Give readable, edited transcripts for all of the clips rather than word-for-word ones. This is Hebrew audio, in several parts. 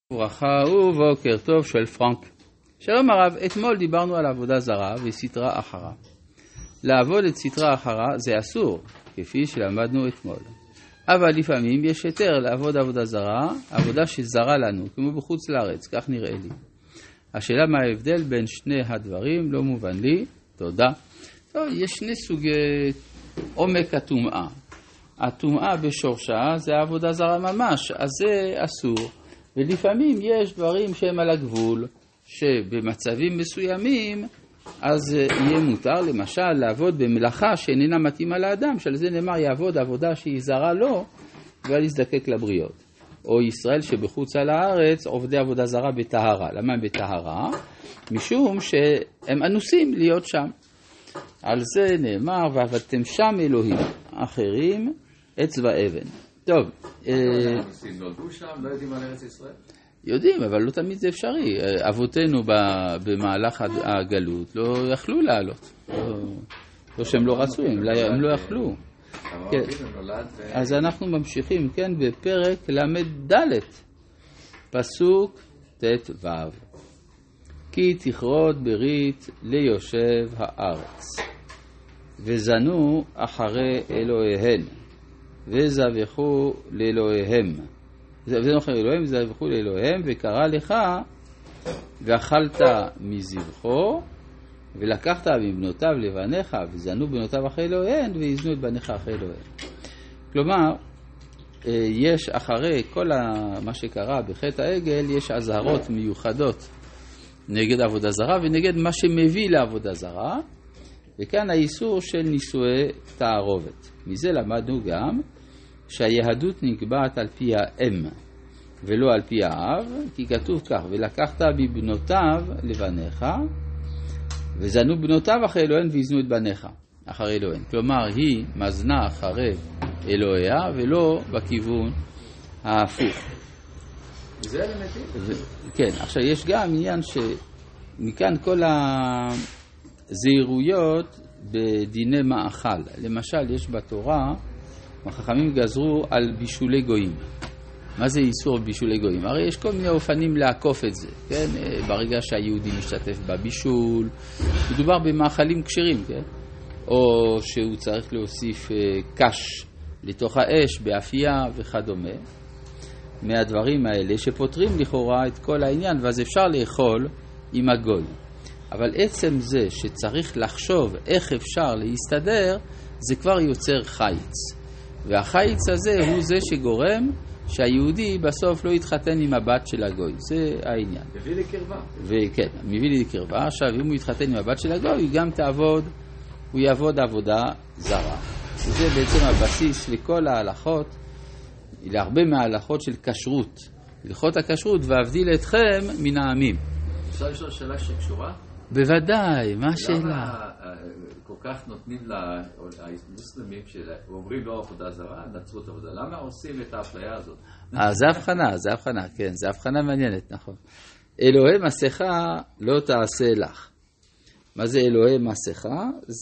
ברכה ובוקר טוב של פרנק. שלום הרב, אתמול דיברנו על עבודה זרה וסתרה אחרה. לעבוד את סתרה אחרה זה אסור, כפי שלמדנו אתמול. אבל לפעמים יש היתר לעבוד עבודה זרה, עבודה שזרה לנו, כמו בחוץ לארץ, כך נראה לי. השאלה מה ההבדל בין שני הדברים, לא מובן לי, תודה. טוב, יש שני סוגי עומק הטומאה. הטומאה בשורשה זה עבודה זרה ממש, אז זה אסור. ולפעמים יש דברים שהם על הגבול, שבמצבים מסוימים, אז יהיה מותר, למשל, לעבוד במלאכה שאיננה מתאימה לאדם, שעל זה נאמר יעבוד עבודה שהיא זרה לו, ועל יזדקק לבריות. או ישראל שבחוץ על הארץ עובדי עבודה זרה בטהרה. למה הם בטהרה? משום שהם אנוסים להיות שם. על זה נאמר, ועבדתם שם אלוהים, אחרים עץ ואבן. טוב. אנוסים נולדו שם, לא יודעים על ארץ ישראל? יודעים, אבל לא תמיד זה אפשרי. אבותינו במהלך הגלות לא יכלו לעלות. לא שהם לא רצו, הם לא יכלו. אז אנחנו ממשיכים, כן, בפרק למד ד' פסוק ט' ו'. כי תכרות ברית ליושב הארץ, וזנו אחרי אלוהיהן, וזבחו לאלוהיהם. וזבחו לאלוהיהם, וזבחו לאלוהיהם, וקרא לך, ואכלת מזבחו, ולקחת מבנותיו לבניך, וזנו בנותיו אחרי אלוהיהן, ויזנו את בניך אחרי אלוהיהם. כלומר, יש אחרי כל מה שקרה בחטא העגל, יש אזהרות מיוחדות נגד עבודה זרה, ונגד מה שמביא לעבודה זרה, וכאן האיסור של נישואי תערובת. מזה למדנו גם שהיהדות נקבעת על פי האם ולא על פי האב, כי כתוב כך, ולקחת מבנותיו לבניך, וזנו בנותיו אחרי אלוהיהן ויזנו את בניך אחרי אלוהיהן. כלומר, היא מזנה אחרי אלוהיה ולא בכיוון ההפוך. זה אלמנטי? כן, עכשיו יש גם עניין שמכאן כל הזהירויות בדיני מאכל. למשל, יש בתורה, החכמים גזרו על בישולי גויים. מה זה איסור בישולי גויים? הרי יש כל מיני אופנים לעקוף את זה, כן? ברגע שהיהודי משתתף בבישול, מדובר במאכלים כשרים, כן? או שהוא צריך להוסיף קש לתוך האש, באפייה וכדומה. מהדברים האלה שפותרים לכאורה את כל העניין, ואז אפשר לאכול עם הגוי. אבל עצם זה שצריך לחשוב איך אפשר להסתדר, זה כבר יוצר חיץ. והחיץ הזה הוא זה שגורם שהיהודי בסוף לא יתחתן עם הבת של הגוי. זה העניין. מביא לקרבה. וכן, מביא לקרבה. עכשיו, אם הוא יתחתן עם הבת של הגוי, היא גם תעבוד, הוא יעבוד עבודה זרה. וזה בעצם הבסיס לכל ההלכות, להרבה מההלכות של כשרות. הלכות הכשרות, ואבדיל אתכם מן העמים. אפשר לשאול שאלה שקשורה? בוודאי, מה השאלה? למה כל כך נותנים למוסלמים שאומרים לא עבודה זרה, נצרות עבודה? למה עושים את האפליה הזאת? זה הבחנה, כן, זה הבחנה מעניינת, נכון. אלוהי מסכה לא תעשה לך. מה זה אלוהי מסכה?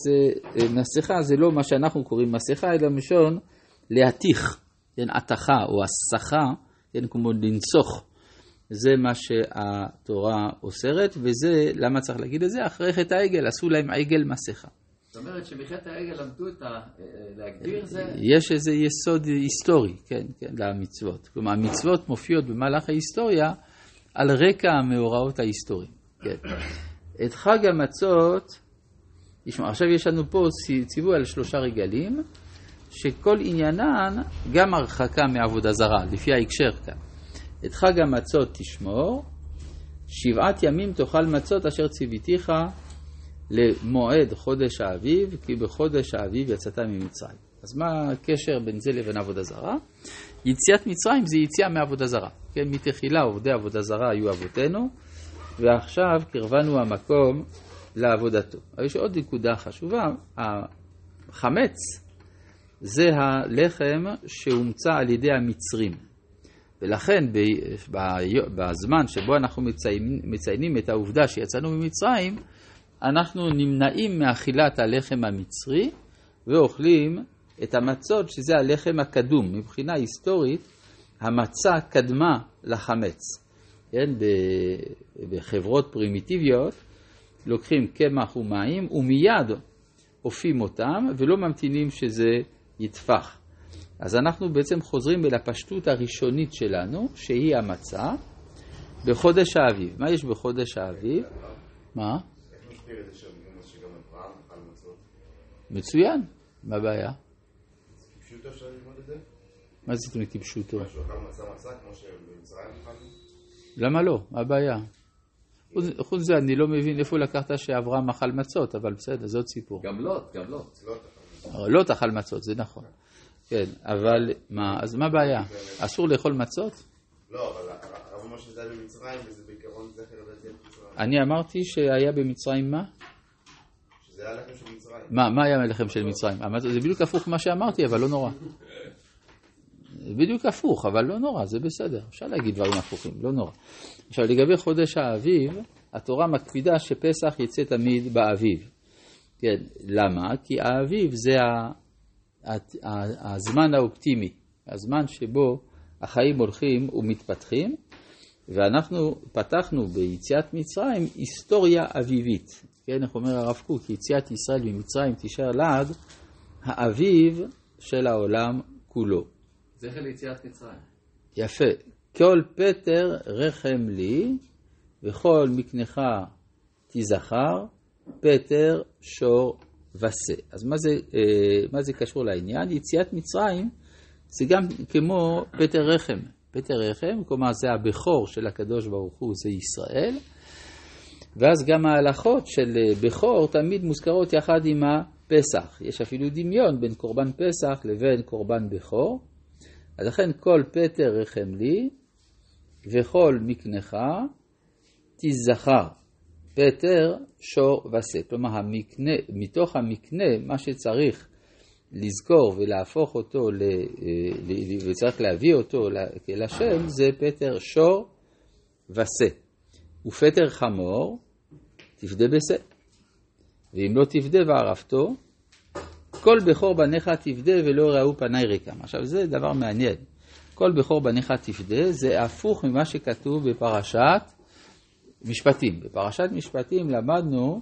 מסכה זה לא מה שאנחנו קוראים מסכה, אלא משון להתיך, כן, התחה או הסחה, כן, כמו לנסוך. זה מה שהתורה אוסרת, וזה, למה צריך להגיד את זה? אחרי חטא העגל, עשו להם עגל מסכה. זאת אומרת שמחטא העגל למדו להגדיר זה? יש איזה יסוד היסטורי, כן, למצוות. כלומר, המצוות מופיעות במהלך ההיסטוריה על רקע המאורעות ההיסטוריים. כן. את חג המצות, עכשיו יש לנו פה ציווי על 3 רגלים, שכל עניינן גם הרחקה מעבודה זרה, לפי ההקשר כאן. את חג המצות תשמור, 7 ימים תאכל מצות אשר ציוויתיך למועד חודש האביב, כי בחודש האביב יצאת ממצרים. אז מה הקשר בין זה לבין עבודה זרה? יציאת מצרים זה יציאה מעבודה זרה. כן, מתחילה עובדי עבודה זרה היו אבותינו, ועכשיו קרבנו המקום לעבודתו. אבל יש עוד נקודה חשובה, החמץ זה הלחם שהומצא על ידי המצרים. ולכן בזמן שבו אנחנו מציינים את העובדה שיצאנו ממצרים, אנחנו נמנעים מאכילת הלחם המצרי ואוכלים את המצות שזה הלחם הקדום. מבחינה היסטורית המצה קדמה לחמץ. כן, בחברות פרימיטיביות, לוקחים קמח ומים ומיד אופים אותם ולא ממתינים שזה יתפח. אז אנחנו בעצם חוזרים אל הפשטות הראשונית שלנו, שהיא המצה, בחודש האביב. מה יש בחודש האביב? מה? איך משפיע את זה שגם אברהם אכל מצות? מצוין, מה הבעיה? כפשוטו אפשר ללמוד את זה? מה זה תמיד כפשוטו? משהו אכל מצה כמו שבמצרים אכלנו? למה לא? מה הבעיה? חוץ זה, אני לא מבין איפה לקחת שאברהם אכל מצות, אבל בסדר, זה עוד סיפור. גם לוט. לוט אכל מצות, זה נכון. כן, אבל מה, אז מה הבעיה? אסור לאכול מצות? לא, אבל הרב אומר שזה היה במצרים, וזה בעיקרון זכר לדעתי במצרים. אני אמרתי שהיה במצרים מה? שזה היה לחם של מצרים. מה היה לחם של מצרים? זה בדיוק הפוך מה שאמרתי, אבל לא נורא. בדיוק הפוך, אבל לא נורא, זה בסדר. אפשר להגיד דברים הפוכים, לא נורא. עכשיו, לגבי חודש האביב, התורה מקפידה שפסח יצא תמיד באביב. כן, למה? כי האביב זה הזמן האופטימי, הזמן שבו החיים הולכים ומתפתחים, ואנחנו פתחנו ביציאת מצרים היסטוריה אביבית. כן, איך אומר הרב קוק, יציאת ישראל ממצרים תישאר לעד האביב של העולם כולו. זכר ליציאת מצרים. יפה. כל פטר רחם לי, וכל מקנך תזכר, פטר שור וסה. אז מה זה קשור לעניין? יציאת מצרים זה גם כמו פטר רחם. פטר רחם, כלומר זה הבכור של הקדוש ברוך הוא, זה ישראל. ואז גם ההלכות של בכור תמיד מוזכרות יחד עם הפסח. יש אפילו דמיון בין קורבן פסח לבין קורבן בכור. אז לכן כל פטר רחם לי, וכל מקנך תזכר, פטר שור וסה. כלומר, מתוך המקנה, מה שצריך לזכור ולהפוך אותו, וצריך להביא אותו לשם, זה פטר שור וסה. ופטר חמור, תפדה בסה. ואם לא תפדה וערפתו, כל בכור בניך תפדה ולא ראו פני ריקם. עכשיו זה דבר מעניין. כל בכור בניך תפדה זה הפוך ממה שכתוב בפרשת משפטים. בפרשת משפטים למדנו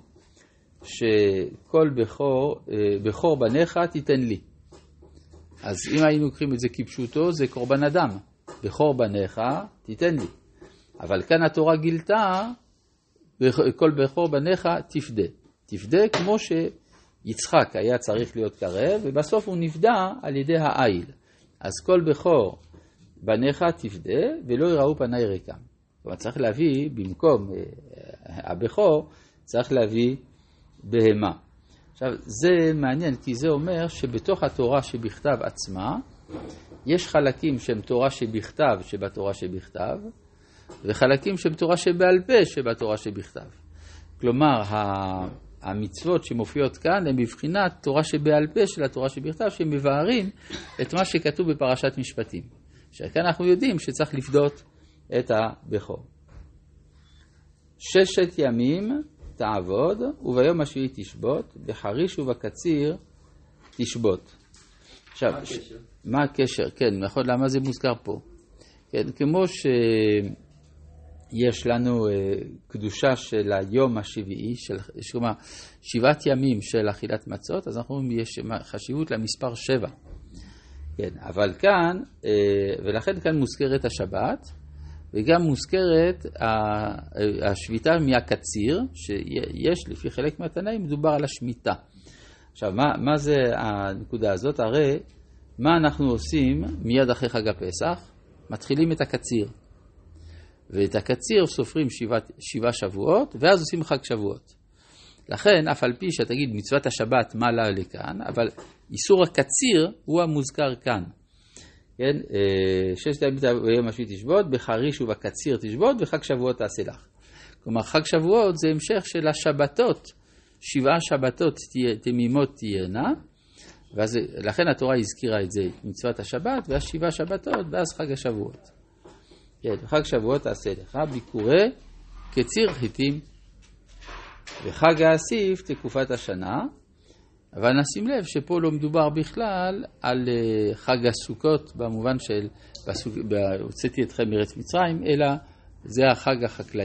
שכל בכור בניך תיתן לי. אז אם היינו קוראים את זה כפשוטו, זה קורבן אדם. בכור בניך תיתן לי. אבל כאן התורה גילתה, כל בכור בניך תפדה. תפדה כמו שיצחק היה צריך להיות קרב, ובסוף הוא נפדה על ידי העיל. אז כל בכור בניך תפדה ולא יראו פני ריקם. כלומר צריך להביא, במקום הבכור, צריך להביא בהמה. עכשיו זה מעניין, כי זה אומר שבתוך התורה שבכתב עצמה, יש חלקים שהם תורה שבכתב שבתורה שבכתב, וחלקים שהם תורה שבעל פה שבתורה שבכתב. כלומר, המצוות שמופיעות כאן הן בבחינת תורה שבעל פה של התורה שבכתב, שמבארים את מה שכתוב בפרשת משפטים. שכאן אנחנו יודעים שצריך לפדות את הבכור. 6 ימים תעבוד, וביום השביעי תשבות, בחריש ובקציר תשבות. עכשיו, מה הקשר? כן, נכון, למה זה מוזכר פה? כן, כמו שיש לנו קדושה של היום השביעי, כלומר 7 ימים של אכילת מצות, אז אנחנו אומרים יש חשיבות למספר 7. כן, אבל כאן, ולכן כאן מוזכרת השבת, וגם מוזכרת השביתה מהקציר, שיש לפי חלק מהתנאים מדובר על השמיטה. עכשיו, מה זה הנקודה הזאת? הרי מה אנחנו עושים מיד אחרי חג הפסח? מתחילים את הקציר. ואת הקציר סופרים 7 שבועות, ואז עושים חג שבועות. לכן, אף על פי שתגיד מצוות השבת מה לה לכאן, אבל איסור הקציר הוא המוזכר כאן. כן, 6 ימים ביום השביעי תשבות, בחריש ובקציר תשבות, וחג שבועות תעשה לך. כלומר, חג שבועות זה המשך של השבתות, 7 שבתות תמימות תהיינה, ולכן התורה הזכירה את זה, מצוות השבת, ואז 7 שבתות, ואז חג השבועות. כן, חג שבועות תעשה לך, ביקורי קציר חיטים, וחג האסיף תקופת השנה, אבל נשים לב שפה לא מדובר בכלל על חג הסוכות במובן של הוצאתי אתכם מארץ מצרים, אלא זה החג החקלאי.